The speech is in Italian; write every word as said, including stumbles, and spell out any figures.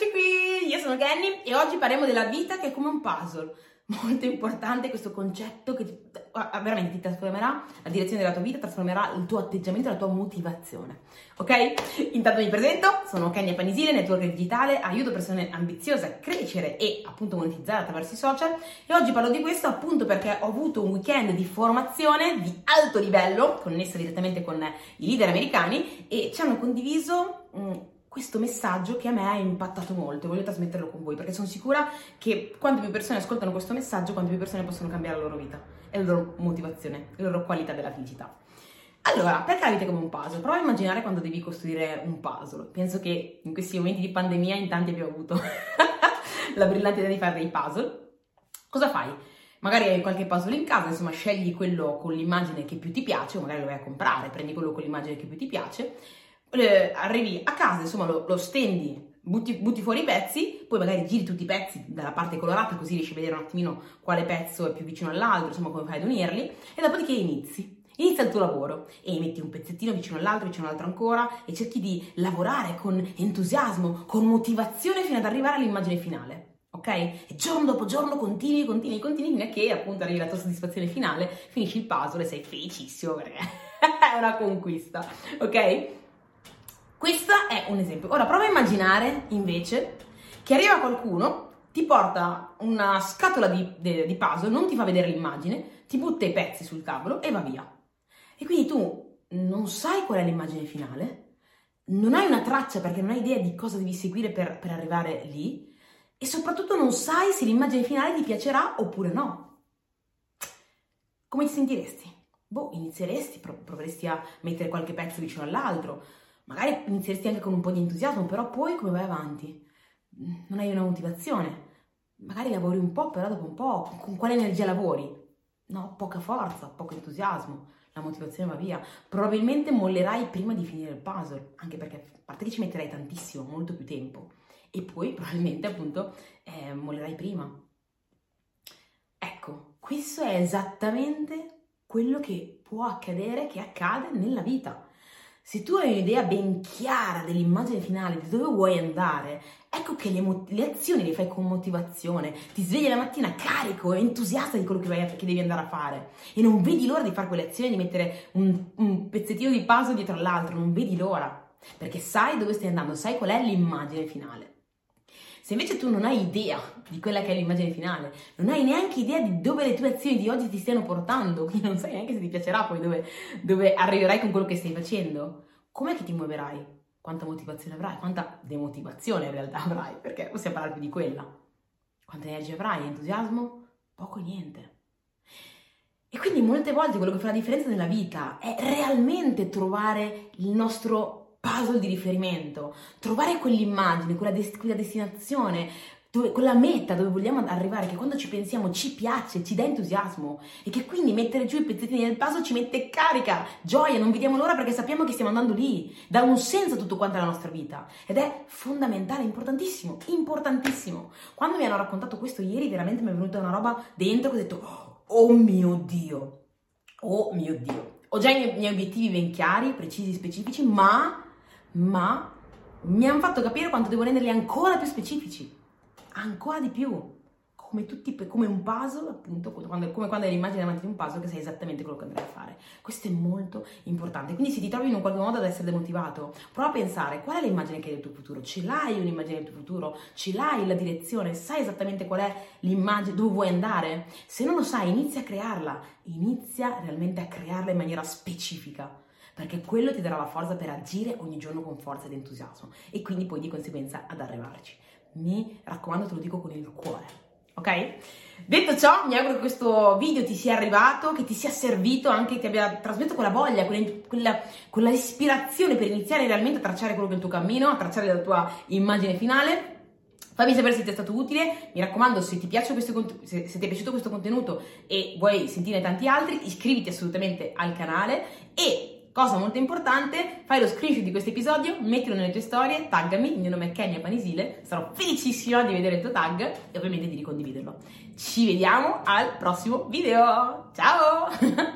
Eccoci qui, io sono Kenny e oggi parliamo della vita che è come un puzzle. Molto importante questo concetto che ti, veramente ti trasformerà la direzione della tua vita, trasformerà il tuo atteggiamento e la tua motivazione. Ok? Intanto mi presento, sono Kenny Panisile, networker digitale, aiuto persone ambiziose a crescere e appunto monetizzare attraverso i social e oggi parlo di questo appunto perché ho avuto un weekend di formazione di alto livello, connessa direttamente con i leader americani e ci hanno condiviso mh, questo messaggio che a me ha impattato molto e voglio trasmetterlo con voi perché sono sicura che quante più persone ascoltano questo messaggio, quante più persone possono cambiare la loro vita e la loro motivazione, la loro qualità della felicità. Allora, perché la vita è come un puzzle? Prova a immaginare quando devi costruire un puzzle. Penso che in questi momenti di pandemia in tanti abbiamo avuto la brillante idea di fare dei puzzle. Cosa fai? Magari hai qualche puzzle in casa, insomma scegli quello con l'immagine che più ti piace o magari lo vai a comprare, prendi quello con l'immagine che più ti piace. Eh, arrivi a casa, insomma lo, lo stendi, butti, butti fuori i pezzi, poi magari giri tutti i pezzi dalla parte colorata così riesci a vedere un attimino quale pezzo è più vicino all'altro, insomma come fai ad unirli e dopodiché inizi. Inizia il tuo lavoro e metti un pezzettino vicino all'altro, vicino all'altro ancora e cerchi di lavorare con entusiasmo, con motivazione fino ad arrivare all'immagine finale, ok? E giorno dopo giorno continui, continui, continui fino a che appunto arrivi alla tua soddisfazione finale, finisci il puzzle e sei felicissimo perché è una conquista, ok? Questo è un esempio. Ora prova a immaginare invece che arriva qualcuno, ti porta una scatola di, di, di puzzle, non ti fa vedere l'immagine, ti butta i pezzi sul tavolo e va via. E quindi tu non sai qual è l'immagine finale, non hai una traccia perché non hai idea di cosa devi seguire per, per arrivare lì e soprattutto non sai se l'immagine finale ti piacerà oppure no. Come ti sentiresti? Boh, inizieresti, proveresti a mettere qualche pezzo vicino all'altro, magari inizieresti anche con un po' di entusiasmo, però poi come vai avanti? Non hai una motivazione. Magari lavori un po', però dopo un po', con quale energia lavori? No, poca forza, poco entusiasmo, la motivazione va via. Probabilmente mollerai prima di finire il puzzle, anche perché a parte che ci metterai tantissimo, molto più tempo. E poi probabilmente appunto eh, mollerai prima. Ecco, questo è esattamente quello che può accadere, che accade nella vita. Se tu hai un'idea ben chiara dell'immagine finale, di dove vuoi andare, ecco che le, mo- le azioni le fai con motivazione, ti svegli la mattina carico, entusiasta di quello che, vai a- che devi andare a fare e non vedi l'ora di fare quelle azioni, di mettere un, un pezzettino di puzzle dietro l'altro, non vedi l'ora, perché sai dove stai andando, sai qual è l'immagine finale. Se invece tu non hai idea di quella che è l'immagine finale, non hai neanche idea di dove le tue azioni di oggi ti stiano portando, quindi non sai neanche se ti piacerà poi dove, dove arriverai con quello che stai facendo, com'è che ti muoverai? Quanta motivazione avrai? Quanta demotivazione in realtà avrai? Perché possiamo parlare più di quella. Quanta energia avrai? Entusiasmo? Poco e niente. E quindi molte volte quello che fa la differenza nella vita è realmente trovare il nostro puzzle di riferimento, trovare quell'immagine, quella, des- quella destinazione, dove, quella meta dove vogliamo arrivare, che quando ci pensiamo ci piace, ci dà entusiasmo e che quindi mettere giù i pezzettini del puzzle ci mette carica, gioia, non vediamo l'ora perché sappiamo che stiamo andando lì, dà un senso a tutto quanto alla nostra vita ed è fondamentale, importantissimo, importantissimo. Quando mi hanno raccontato questo ieri veramente mi è venuta una roba dentro che ho detto oh mio Dio, oh mio Dio, ho già i miei, i miei obiettivi ben chiari, precisi, specifici, ma ma mi hanno fatto capire quanto devo renderli ancora più specifici, ancora di più, come tutti, come un puzzle, appunto, quando, come quando hai l'immagine davanti di un puzzle che sai esattamente quello che andrai a fare. Questo è molto importante. Quindi se ti trovi in un qualche modo ad essere demotivato, prova a pensare qual è l'immagine che hai del tuo futuro. Ce l'hai un'immagine del tuo futuro? Ce l'hai la direzione? Sai esattamente qual è l'immagine, dove vuoi andare? Se non lo sai, inizia a crearla, inizia realmente a crearla in maniera specifica, perché quello ti darà la forza per agire ogni giorno con forza ed entusiasmo e quindi poi di conseguenza ad arrivarci. Mi raccomando, te lo dico con il cuore, ok? Detto ciò, mi auguro che questo video ti sia arrivato, che ti sia servito, anche che ti abbia trasmesso quella voglia, quella, quella, quella ispirazione per iniziare realmente a tracciare quello che è il tuo cammino, a tracciare la tua immagine finale. Fammi sapere se ti è stato utile, mi raccomando, se ti, piace questo, se, se ti è piaciuto questo contenuto e vuoi sentire tanti altri, iscriviti assolutamente al canale e cosa molto importante, fai lo screenshot di questo episodio, mettilo nelle tue storie, taggami, il mio nome è Kenny Panisile, sarò felicissima di vedere il tuo tag e ovviamente di ricondividerlo. Ci vediamo al prossimo video, ciao!